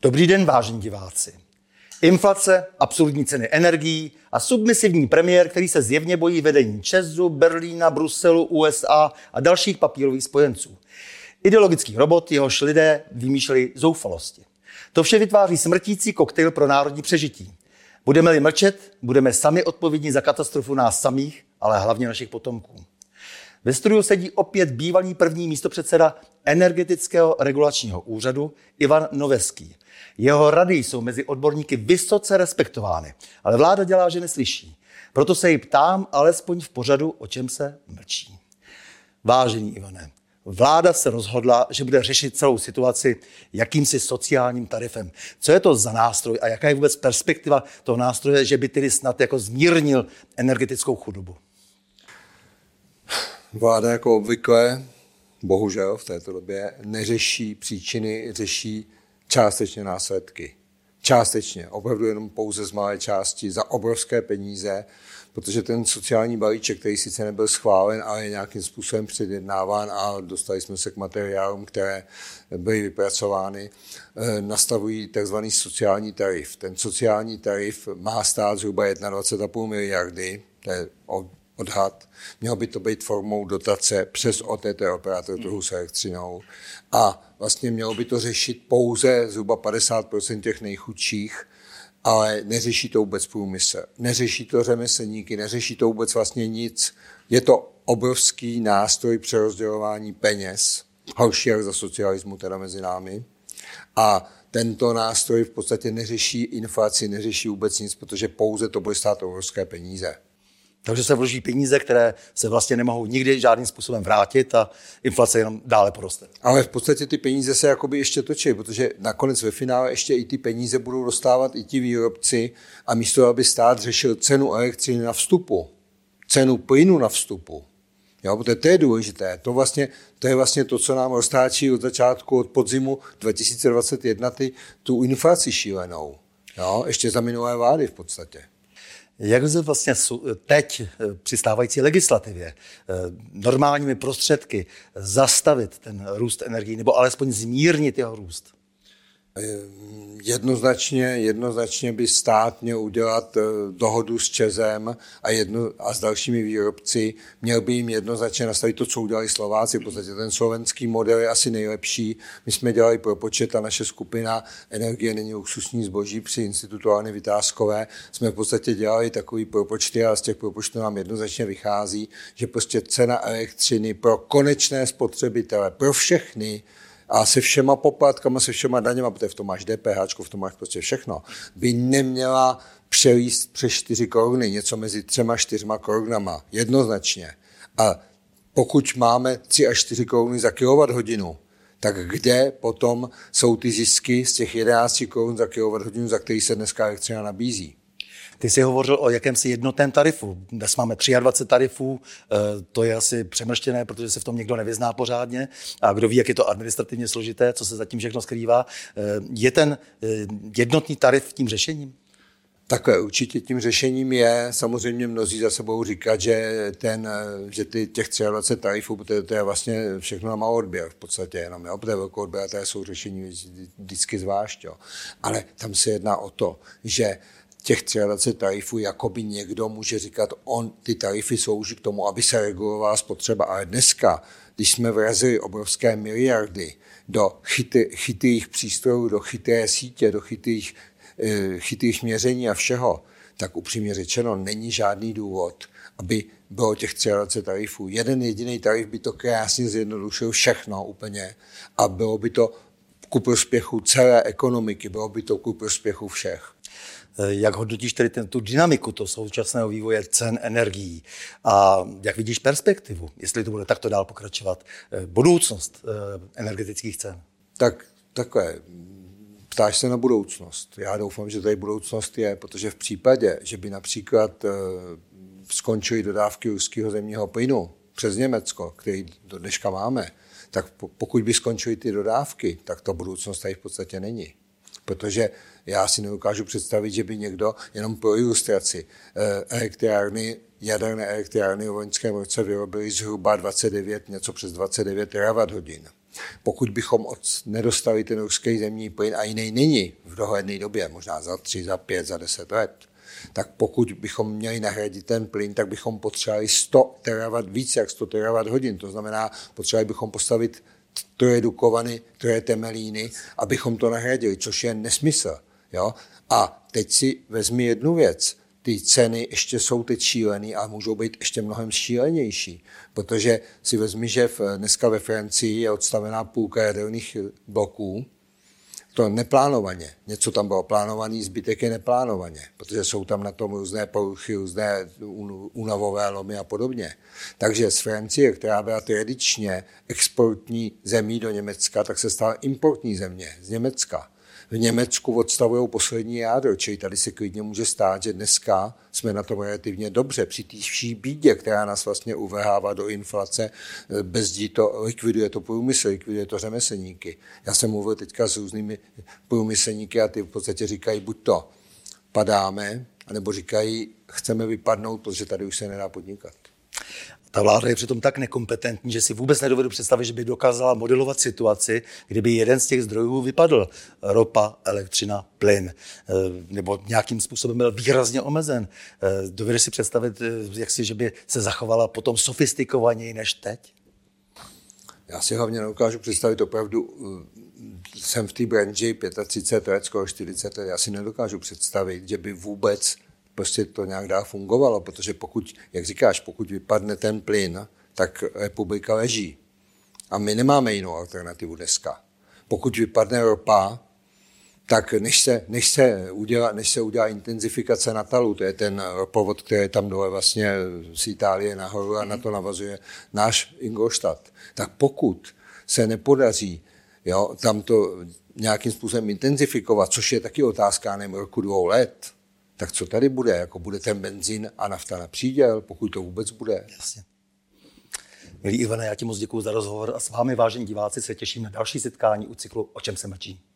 Dobrý den, vážení diváci. Inflace, absurdní ceny energií a submisivní premiér, který se zjevně bojí vedení ČEZu, Berlína, Bruselu, USA a dalších papírových spojenců. Ideologický robot, jehož lidé vymýšleli zoufalosti. To vše vytváří smrtící koktejl pro národní přežití. Budeme-li mlčet, budeme sami odpovědní za katastrofu nás samých, ale hlavně našich potomků. Ve studiu sedí opět bývalý první místopředseda Energetického regulačního úřadu Ivan Noveský. Jeho rady jsou mezi odborníky vysoce respektovány, ale vláda dělá, že neslyší. Proto se jí ptám alespoň v pořadu, o čem se mlčí. Vážený Ivane, vláda se rozhodla, že bude řešit celou situaci jakýmsi sociálním tarifem. Co je to za nástroj a jaká je vůbec perspektiva toho nástroje, že by tedy snad jako zmírnil energetickou chudobu? Vláda jako obvykle, bohužel v této době, neřeší příčiny, řeší částečně následky. Částečně, opravdu jenom pouze z malé části, za obrovské peníze, protože ten sociální balíček, který sice nebyl schválen, ale je nějakým způsobem předjednáván a dostali jsme se k materiálům, které byly vypracovány, nastavují tzv. Sociální tarif. Ten sociální tarif má stát zhruba 21,5 miliardy, to je odhad. Mělo by to být formou dotace přes OTT, operátor trhu s elektřinou. A vlastně mělo by to řešit pouze zhruba 50% těch nejchudších, ale neřeší to vůbec průmysl. Neřeší to řemeslníky, neřeší to vůbec vlastně nic. Je to obrovský nástroj přerozdělování peněz, horší jak za socialismu teda mezi námi. A tento nástroj v podstatě neřeší inflaci, neřeší vůbec nic, protože pouze to bude stát obrovské peníze. Takže se vloží peníze, které se vlastně nemohou nikdy žádným způsobem vrátit a inflace jenom dále poroste. Ale v podstatě ty peníze se jakoby ještě točí, protože nakonec ve finále ještě i ty peníze budou dostávat i ti výrobci a místo, aby stát řešil cenu elektřiny na vstupu, cenu plynu na vstupu. Jo, protože to je důležité. To je vlastně to, co nám roztáčí od začátku, od podzimu 2021 tu inflaci šílenou. Jo, ještě za minulé vlády v podstatě. Jak lze vlastně teď při stávající legislativě normálními prostředky zastavit ten růst energií nebo alespoň zmírnit jeho růst? Jednoznačně by stát měl udělat dohodu s ČEZem a s dalšími výrobci. Měl by jim jednoznačně nastavit to, co udělali Slováci. V podstatě ten slovenský model je asi nejlepší. My jsme dělali propočet a naše skupina Energie není luxusní zboží při institutu Aleny Vytázkové. Jsme v podstatě dělali takový propočty a z těch propočtů nám jednoznačně vychází, že prostě cena elektřiny pro konečné spotřebitele, pro všechny, a se všema poplatkama, se všema daněma, protože v tom máš DPH, v tom máš prostě všechno, by neměla přelíst přes 4 koruny, něco mezi 3 a 4 korunama, jednoznačně. A pokud máme 3 až 4 koruny za kilowatthodinu, tak kde potom jsou ty zisky z těch 11 korun za kilowatthodinu, za který se dneska elektřina nabízí? Ty jsi hovořil o jakémsi jednotném tarifu. Dnes máme 23 tarifů, to je asi přemrštěné, protože se v tom někdo nevyzná pořádně a kdo ví, jak je to administrativně složité, co se zatím všechno skrývá. Je ten jednotný tarif tím řešením? Takhle, určitě tím řešením je, samozřejmě mnozí za sebou říkat, že těch 23 tarifů, protože to je vlastně všechno na malou odběr v podstatě jenom, jo, protože velkou odběratelé jsou řešení vždycky zvlášť, jo. Ale tam se jedná o to, že těch 23 tarifů, jakoby někdo může říkat, ty tarify slouží k tomu, aby se regulovala spotřeba. Ale dneska, když jsme vrazili obrovské miliardy do chytrých přístrojů, do chytré sítě, do chytrých měření a všeho, tak upřímně řečeno není žádný důvod, aby bylo těch 23 tarifů. Jeden jediný tarif by to krásně zjednodušil všechno úplně a bylo by to ku prospěchu celé ekonomiky, bylo by to ku prospěchu všech. Jak hodnotíš tedy tu dynamiku toho současného vývoje cen energií a jak vidíš perspektivu, jestli to bude takto dál pokračovat, budoucnost energetických cen? Tak takhle, ptáš se na budoucnost. Já doufám, že tady budoucnost je, protože v případě, že by například skončily dodávky ruského zemního plynu přes Německo, který do dneška máme, tak pokud by skončily ty dodávky, tak ta budoucnost tady v podstatě není. Protože já si nedokážu představit, že by někdo jenom pro ilustraci jaderné elektrárny v loňském roce vyrobily zhruba 29, něco přes 29 terawatt hodin. Pokud bychom nedostali ten ruský zemní plyn a jiný není v dohledné době, možná za 3, za 5, za 10 let, tak pokud bychom měli nahradit ten plyn, tak bychom potřebovali 100 terawatt, více jak 100 terawatt hodin. To znamená, potřebovali bychom postavit troje Dukovany, troje Temelíny, abychom to nahradili, což je nesmysl. Jo? A teď si vezmi jednu věc. Ty ceny ještě jsou teď šílený a můžou být ještě mnohem šílenější, protože si vezmi, že dneska ve Francii je odstavená půlka jaderných bloků, to neplánovaně. Něco tam bylo plánovaný, zbytek je neplánovaně, protože jsou tam na tom různé poruchy, různé únavové lomy a podobně. Takže z Francie, která byla tradičně exportní zemí do Německa, tak se stala importní země z Německa. V Německu odstavují poslední jádro, čili tady se klidně může stát, že dneska jsme na tom relativně dobře. Při té vší bídě, která nás vlastně uvrhává do inflace, bezdí to, likviduje to průmysl, likviduje to řemeslníky. Já jsem mluvil teďka s různými průmyslníky a ty v podstatě říkají, buď to padáme, anebo říkají, chceme vypadnout, protože tady už se nedá podnikat. Ta vláda je přitom tak nekompetentní, že si vůbec nedovedu představit, že by dokázala modelovat situaci, kdyby jeden z těch zdrojů vypadl. Ropa, elektřina, plyn, nebo nějakým způsobem byl výrazně omezen. Dovedeš si představit, že by se zachovala potom sofistikovaněji než teď? Já si hlavně neukážu představit opravdu, jsem v té branži 35 let, skoro 40 let, já si nedokážu představit, že by vůbec prostě to nějak dál fungovalo, protože pokud, jak říkáš, pokud vypadne ten plyn, tak republika leží. A my nemáme jinou alternativu dneska. Pokud vypadne ropa, tak než se udělá intenzifikace na Talu, to je ten ropovod, který je tam dole vlastně z Itálie nahoru a na to navazuje náš Ingolstadt, tak pokud se nepodaří tam to nějakým způsobem intenzifikovat, což je taky otázka nevím, roku 2 let, tak co tady bude? Jako bude ten benzín a nafta na příděl, pokud to vůbec bude? Jasně. Milý Ivane, já ti moc děkuju za rozhovor a s vámi, vážení diváci, se těším na další setkání u cyklu O čem se mlčí.